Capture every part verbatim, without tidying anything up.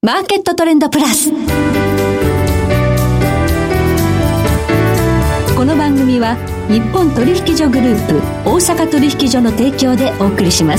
マーケットトレンドプラス。この番組は日本取引所グループ大阪取引所の提供でお送りします。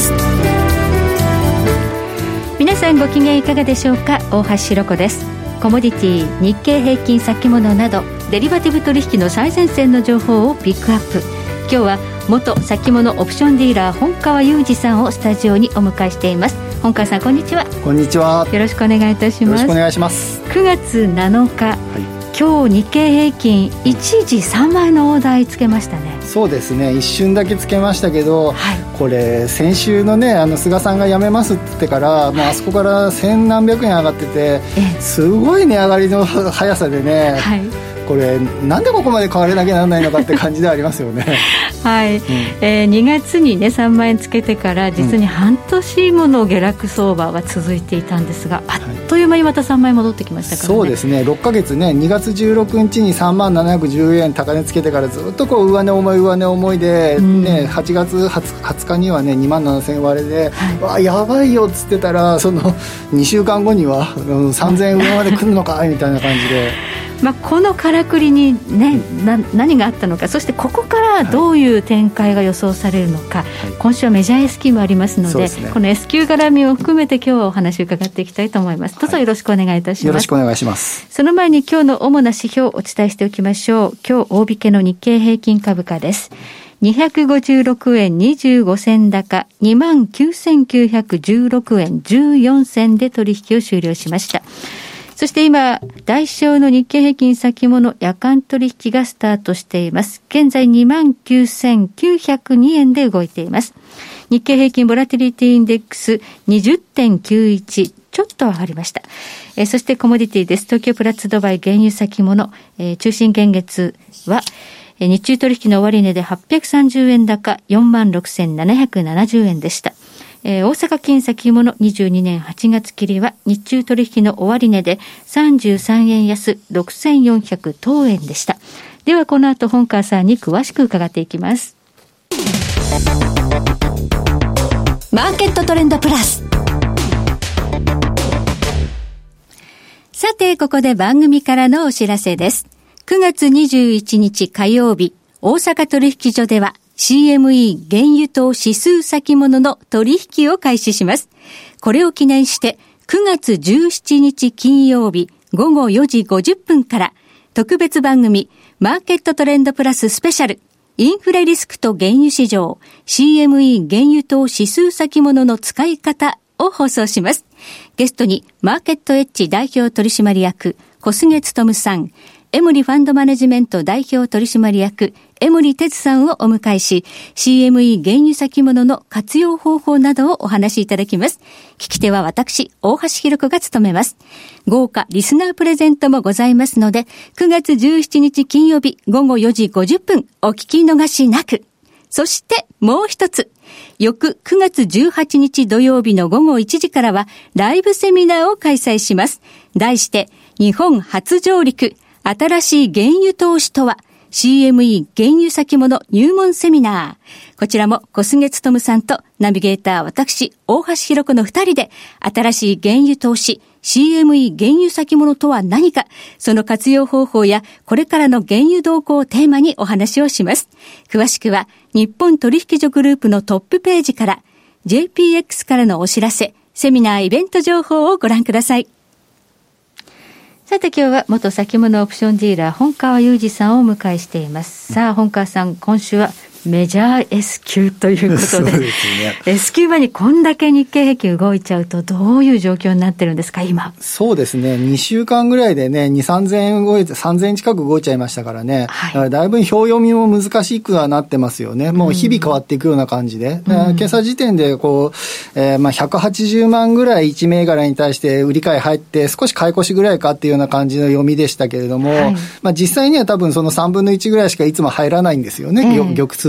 皆さんご機嫌いかがでしょうか。大橋ひろ子です。コモディティ、日経平均先物などデリバティブ取引の最前線の情報をピックアップ。今日は元先物オプションディーラー本川雄二さんをスタジオにお迎えしています。本川さん、こんにちは。 こんにちは。 よろしくお願いいたします。 よろしくお願いします。 くがつなのか、はい、今日日経平均一時さんまいの大台つけましたね。 そうですね、一瞬だけつけましたけど、はい、これ先週のね、あの菅さんが辞めますって言ってから、はい、もうあそこから千何百円上がってて、すごい値上がりの速さでね、はい、これなんでここまで買われなきゃならないのかって感じではありますよね。 はい、うん、えー、にがつに、ね、さんまんえんつけてから実に半年もの下落相場が続いていたんですが、うん、あっという間にまたさんまんえん戻ってきましたからね。 そうですね、ろっかげつね、にがつじゅうろくにちにさんまんななひゃくじゅうえん高値つけてからずっとこう上値重い上値重いで、うんね、はちがつはつかにはねにまんななせんえん割れで、はい、わやばいよっつってたら、そのにしゅうかんごには、うん、さんぜんえん上まで来るのかみたいな感じでまあ、このからくりに、ね、な何があったのか、そしてここからどういう展開が予想されるのか、はい、今週はメジャー S q もありますの で, で、ね、この S q 絡みを含めて今日はお話を伺っていきたいと思います。どうぞよろしくお願いいたします。 よろしくお願いします。 その前に今日の主な指標をお伝えしておきましょう。今日大引けの日経平均株価です。にひゃくごじゅうろくえんにじゅうごせん高 にまんきゅうせんきゅうひゃくじゅうろくえんじゅうよんせんで取引を終了しました。そして今、代償の日経平均先物夜間取引がスタートしています。現在 にまんきゅうせんきゅうひゃくにえんで動いています。日経平均ボラティリティインデックス にじゅってんきゅういち、ちょっと上がりました。えー、そしてコモディティです。東京プラッツドバイ原油先物、えー、中心現月は、えー、日中取引の終値ではっぴゃくさんじゅうえん高 よんまんろくせんななひゃくななじゅうえんでした。えー、大阪金先物にじゅうにねんはちがつ切りは日中取引の終値でさんじゅうさんえん安ろくせんよんひゃくとうえんでした。ではこの後本川さんに詳しく伺っていきます。 マーケットトレンドプラス。 さてここで番組からのお知らせです。くがつにじゅういちにち火曜日、大阪取引所ではシーエムイー 原油等指数先物の取引を開始します。これを記念してくがつじゅうしちにち金曜日ごごよじごじゅっぷんから特別番組マーケットトレンドプラススペシャルインフレリスクと原油市場 シーエムイー 原油等指数先物の使い方を放送します。ゲストにマーケットエッジ代表取締役小菅勉さん、エモリファンドマネジメント代表取締役江森哲さんをお迎えし シーエムイー 原油先物の活用方法などをお話しいただきます。聞き手は私大橋ひろ子が務めます。豪華リスナープレゼントもございますのでくがつじゅうしちにち金曜日ごごよじごじゅっぷんお聞き逃しなく。そしてもう一つ、翌くがつじゅうはちにち土曜日のごごいちじからはライブセミナーを開催します。題して日本初上陸新しい原油投資とはシーエムイー 原油先物入門セミナー。こちらも小菅勉さんとナビゲーター私大橋ひろ子の二人で新しい原油投資 シーエムイー 原油先物とは何か、その活用方法やこれからの原油動向をテーマにお話をします。詳しくは日本取引所グループのトップページから ジェイピーエックス からのお知らせ、セミナーイベント情報をご覧ください。さて今日は元先物オプションディーラー本川雄二さんをお迎えしています。さあ本川さん、今週はメジャー S q ということで、そうですね、S q 前にこんだけ日経平均動いちゃうとどういう状況になってるんですか今。 そうですね、にしゅうかんぐらいでねに、さんぜんえん動いてさんぜんえん近く動いちゃいましたからね、はい、だからだいぶ表読みも難しくはなってますよね。もう日々変わっていくような感じで、うん、今朝時点でこう、えー、まあひゃくはちじゅうまんぐらいいち銘柄に対して売り買い入って少し買い越しぐらいかっていうような感じの読みでしたけれども、はい、まあ実際には多分そのさんぶんのいちぐらいしかいつも入らないんですよね、えー、玉通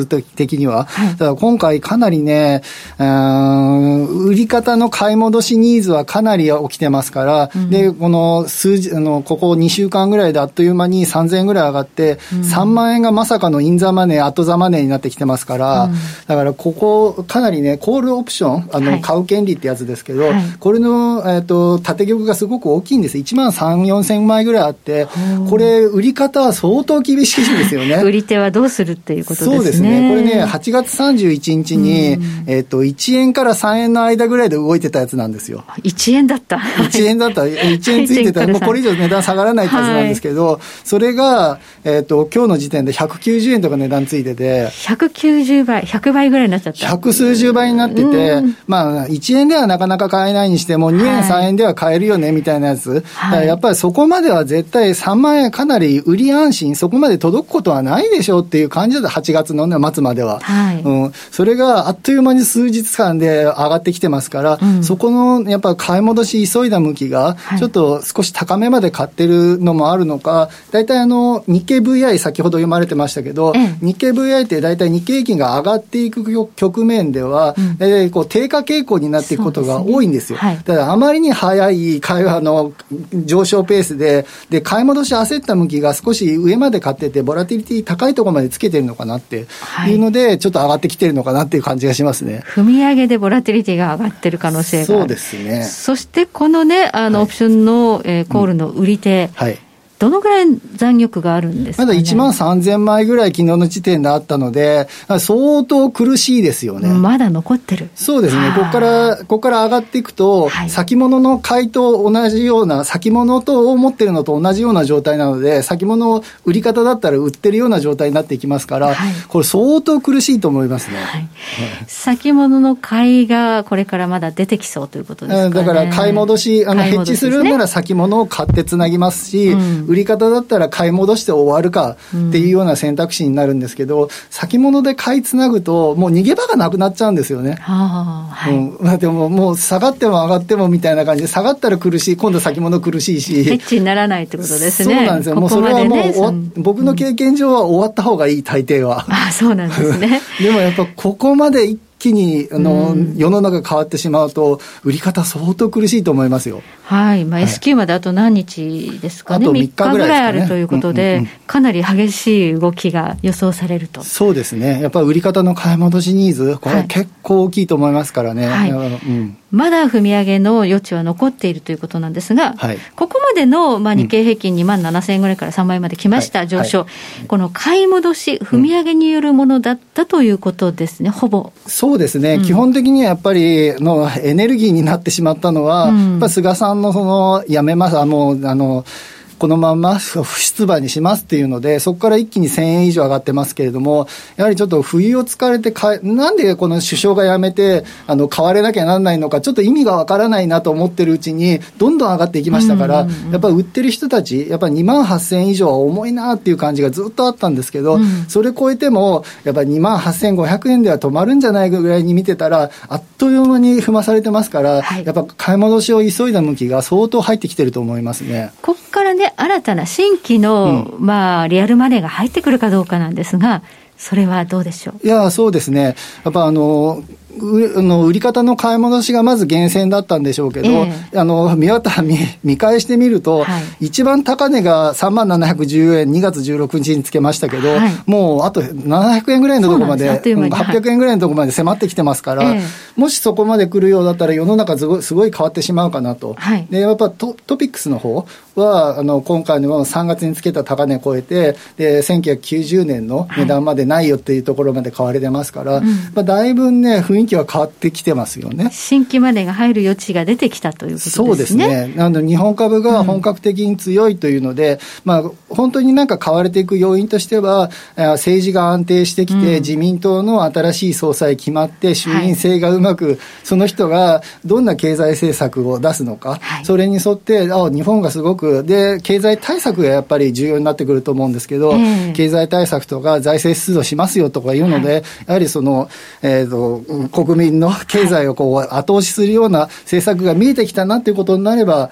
的には。はい、ただ今回かなりね、うーん、売り方の買い戻しニーズはかなり起きてますから、うん、で、この数字、あの、ここにしゅうかんぐらいであっという間にさんぜんえんぐらい上がって、うん、さんまんえんがまさかのインザマネー、アットザマネーになってきてますから、うん、だからここ、かなりね、コールオプション、あの、はい、買う権利ってやつですけど、はい、これの、えっと、縦玉がすごく大きいんです。いちまんさん、よんせんまいぐらいあって、これ、売り方は相当厳しいんですよね。 売り手はどうするっていうことですね。 そうですね。これね、はちがつさんじゅういちにちに、うん、えっと、いちえんからさんえんの間ぐらいで動いてたやつなんですよ。 いちえんだった。 いちえんだった。いちえんついてたら、もうこれ以上値段下がらないってやつなんですけど、はい、それが、えっと、今日の時点でひゃくきゅうじゅうえんとか値段ついてて、 ひゃくきゅうじゅうばい、ひゃくばいぐらいになっちゃった。 百数十倍になってて、まあ、いちえんではなかなか買えないにしても、にえん、さんえんでは買えるよね、みたいなやつ。はい、だからやっぱりそこまでは絶対さんまんえんかなり売り安心、そこまで届くことはないでしょうっていう感じだった、はちがつの、ね、末までは、はい、うん。それがあっという間に数日間で上がってきてますから、うん、そこのやっぱ買い戻し急いだ向きが、ちょっと少し高めまで買ってるのもあるのか、大体あの、日経 ブイアイ 先ほど読まれてましたけど、うん、日経 ブイアイ って大体日経平均が上がっていく局面では、うん、えー、こう低下傾向になっていくことが多いんですよ。ですね、はい、ただあまりに早い買いあの上昇ペースで、で買い戻し焦った向きが少し上まで買ってて、ボラティリティ高いところまでつけてるのかなっていうので、はい、ちょっと上がってきてるのかなっていう感じがしますね。 踏み上げでボラティリティが上がってる可能性がある。 そうですね。 そしてこのね、あのオプションの、えー、コールの売り手、うん、はい、どのぐらい残玉があるんですかね。 まだいちまんさんぜんまいぐらい昨日の時点であったので、相当苦しいですよね。 まだ残ってる。 そうですね。ここから、ここから上がっていくと、はい、先物の買いと同じような、先物と思ってるのと同じような状態なので、先物売り方だったら売ってるような状態になっていきますから、はい、これ相当苦しいと思いますね。はい、 先物の買いがこれからまだ出てきそうということですかね。 だから買い戻し、あの、ヘッジするなら先物を買ってつなぎますし、うん、売り方だったら買い戻して終わるかっていうような選択肢になるんですけど、うん、先物で買いつなぐともう逃げ場がなくなっちゃうんですよね。はあ、はい、うん、でももう下がっても上がってもみたいな感じで、下がったら苦しい、今度先物苦しいし、 ヘッジにならないってことですね。 そうなんですよ。ここまでね、もうそれはもう僕の経験上は終わった方がいい、大抵は。 ああ、そうなんですね。 でもやっぱここまで一気にあの、うん、世の中変わってしまうと売り方相当苦しいと思いますよ。 はい、まあ、S q まであと何日ですかね。あとみっかぐらいあるということで、うんうんうん、かなり激しい動きが予想されると。 そうですね。やっぱり売り方の買い戻しニーズ、これ結構大きいと思いますからね。はい、はい、うん、 まだ踏み上げの余地は残っているということなんですが、はい、ここまでの、まあ、日経平均にまんななせんえんぐらいからさんまんえんまで来ました、はい、上昇、はい、この買い戻し踏み上げによるものだったということですね、うん、ほぼ。 そうですね、うん、基本的にはやっぱりのエネルギーになってしまったのは、うん、やっぱ菅さんのそのやめます、あもうあのこのまま不出馬にしますっていうので、そこから一気にせんえん以上上がってますけれども、やはりちょっと冬を突かれてか、なんでこの首相が辞めてあの買われなきゃなんないのか、ちょっと意味がわからないなと思ってるうちにどんどん上がっていきましたから、うんうんうん、やっぱり売ってる人たちやっぱりにまんはっせんえん以上は重いなっていう感じがずっとあったんですけど、うん、それ超えてもやっぱりにまんはっせんごひゃくえんでは止まるんじゃないぐらいに見てたら、あっという間に踏まされてますから、はい、やっぱ買い戻しを急いだ向きが相当入ってきてると思いますね。 ここからね、新たな新規の、うん、まあ、リアルマネーが入ってくるかどうかなんですが、それはどうでしょう。 いや、そうですね。やっぱあのうの売り方の買い戻しがまず厳選だったんでしょうけど、えー、あの 見, 見, 見返してみると、はい、一番高値がさんまんななひゃくじゅうえんにがつじゅうろくにちにつけましたけど、はい、もうあとななひゃくえんぐらいのところまで、はっぴゃくえんぐらいのところまで迫ってきてますから、えー、もしそこまで来るようだったら世の中すごい、すごい変わってしまうかなと、はい、でやっぱ ト, トピックスの方はあの今回のさんがつにつけた高値を超えて、でせんきゅうひゃくきゅうじゅうねんの値段までないよっていうところまで買われてますから、はい、まあ、だいぶね雰囲気は変わってきてますよね。 新規マネーが入る余地が出てきたということですね。 そうですね。なので日本株が本格的に強いというので、うん、まあ、本当になんか買われていく要因としては、政治が安定してきて、うん、自民党の新しい総裁決まって衆院選がうまく、はい、その人がどんな経済政策を出すのか、はい、それに沿ってあ日本がすごくで経済対策がやっぱり重要になってくると思うんですけど、えー、経済対策とか財政出動しますよとかいうので、はい、やはりその、えーと、国民の経済をこう後押しするような政策が見えてきたなということになれば、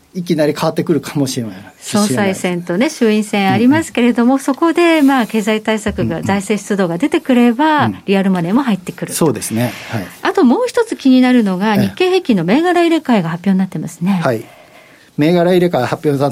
いきなり変わってくるかもしれない。 総裁選とね、衆院選ありますけれども、うん、そこでまあ経済対策が、うん、財政出動が出てくれば、うん、リアルマネーも入ってくる。 そうですね。はい。 あともう一つ気になるのが、日経平均の銘柄入れ替えが発表になってますね。 はい。銘柄入れ替え発表になって、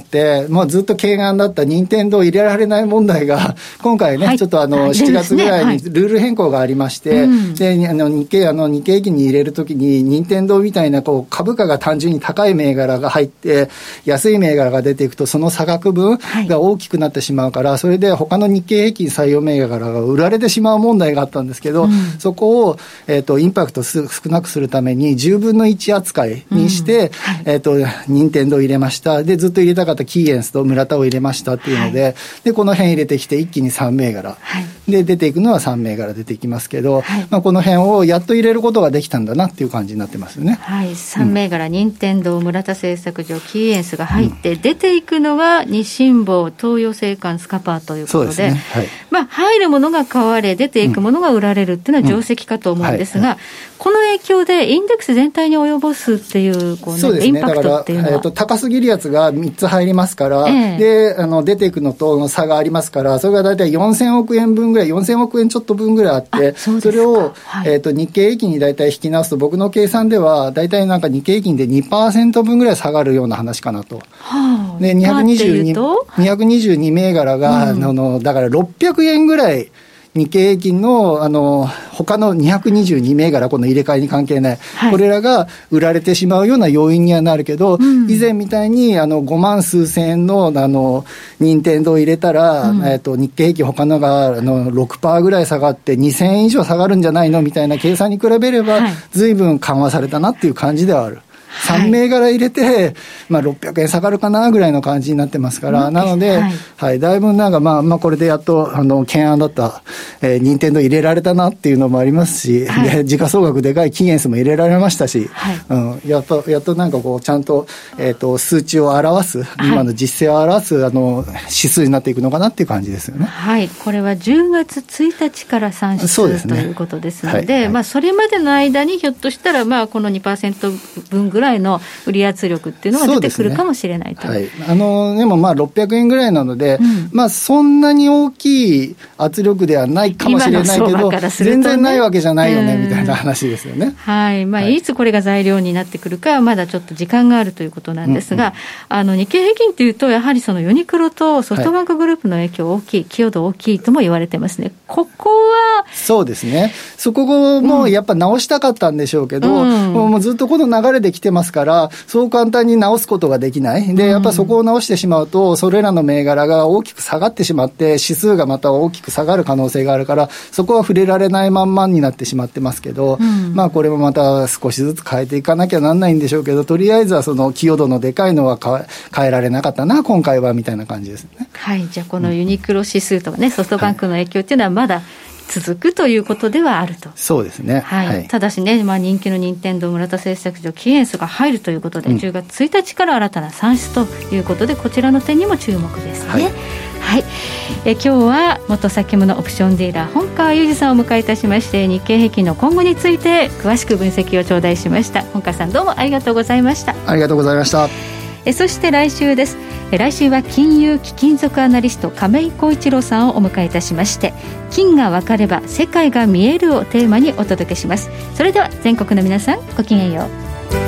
もうずっと懸案だった任天堂入れられない問題が、今回ね、はい、ちょっとあの、しちがつぐらいにルール変更がありまして、で、ねはい、で、あの、日経、あの、日経平均に入れるときに、任天堂みたいな、こう、株価が単純に高い銘柄が入って、安い銘柄が出ていくと、その差額分が大きくなってしまうから、はい、それで他の日経平均採用銘柄が売られてしまう問題があったんですけど、うん、そこを、えっと、インパクト少なくするために、じゅうぶんのいち扱いにして、うんはい、えっと、任天堂入れました。で、ずっと入れたかったキーエンスと村田を入れましたっていうので、はい、で、この辺入れてきて一気にさん銘柄、はい、で、出ていくのはさん銘柄出ていきますけど、はい、まあ、この辺をやっと入れることができたんだなっていう感じになってますよね。 はい、さん銘柄、任天堂、村田製作所、キーエンスが入って、うん、出ていくのは日新坊、東洋製缶、スカパーということで、そうですね。はい、まあ、入るものが買われ、出ていくものが売られるっていうのは定石かと思うんですが、うんうんはいはい、この影響でインデックス全体に及ぼすっていう、こう、ね、そうですね、インパクトっていうのは。だから、えーと、高すぎるやつがみっつ入りますから、えー、で、あの、出ていくのとの差がありますから、それがだいたいよんせんおくえんぶんぐらい、よんせんおくえんちょっと分ぐらいあって、そ, それを、はい、えーと、日経平均にだいたい引き直すと、僕の計算では、だいたいなんか日経平均で にパーセント 分ぐらい下がるような話かなと。はあ、で、にひゃくにじゅうに、にひゃくにじゅうに銘柄が、うん、あの、だからろっぴゃくえんぐらい、日経平均の、あの、他のにひゃくにじゅうに銘柄、この入れ替えに関係ない、はい、これらが売られてしまうような要因にはなるけど、うん、以前みたいに、あの、ごまん数千円の、あの、任天堂を入れたら、うん、えっと、日経平均他のが、あの、ろくパーセント ぐらい下がって、にせんえん以上下がるんじゃないのみたいな計算に比べれば、はい、随分緩和されたなっていう感じではある。さん銘柄入れて、まあ、ろっぴゃくえん下がるかなぐらいの感じになってますから、なので、はい、はい、だいぶなんか、まあ、まあ、これでやっと、あの、懸案だった、えー、任天堂入れられたなっていうのもありますし、はい、で、時価総額でかいキーエンスも入れられましたし、はい、うん、やっと、やっとなんかこう、ちゃんと、えっと、数値を表す、今の実勢を表す、あの、指数になっていくのかなっていう感じですよね。 はい、これはじゅうがつついたちから算出そうです、ね、ということですので、はいはい、まあ、それまでの間にひょっとしたら、まあ、この にパーセント 分ぐらいの売り圧力っていうのが出てくるかもしれないと。 はい、あのでもまあろっぴゃくえんぐらいなので、うん、まあそんなに大きい圧力ではないかもしれないけど、ね、全然ないわけじゃないよね、みたいな話ですよね。 はい、まあ、はい、いつこれが材料になってくるかはまだちょっと時間があるということなんですが、うんうん、あの日経平均というとやはりそのユニクロとソフトバンクグループの影響大きい、はい、寄与度大きいとも言われてますね。ここはそうですね、そこもやっぱ直したかったんでしょうけど、うん、もうずっとこの流れで来てますから、そう簡単に直すことができない。で、やっぱそこを直してしまうと、それらの銘柄が大きく下がってしまって、指数がまた大きく下がる可能性があるから、そこは触れられないまんまになってしまってますけど、うん、まあこれもまた少しずつ変えていかなきゃなんないんでしょうけど、とりあえずはその寄与度のでかいのは変えられなかったな、今回は、みたいな感じですね。 はい、じゃあこのユニクロ指数とかね、ソフトバンクの影響っていうのはまだ、はい、続くということではあると。 そうですね、 はいはい、ただしね、まあ、人気の任天堂村田製作所キーエンスが入るということで、うん、じゅうがつついたちから新たな算出ということで、こちらの点にも注目ですね。はい、はい、え今日は元先物オプションディーラー本川裕二さんをお迎えいたしまして、日経平均の今後について詳しく分析を頂戴しました。本川さん、どうもありがとうございました。 ありがとうございました。 えそして来週です。え来週は金融貴金属アナリスト亀井浩一郎さんをお迎えいたしまして、金が分かれば世界が見えるをテーマにお届けします。それでは全国の皆さん、ごきげんよう。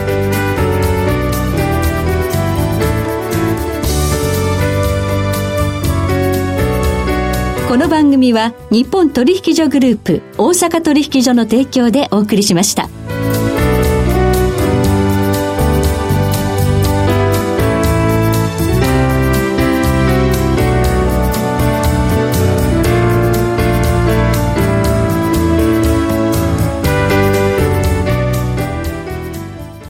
この番組は日本取引所グループ大阪取引所の提供でお送りしました。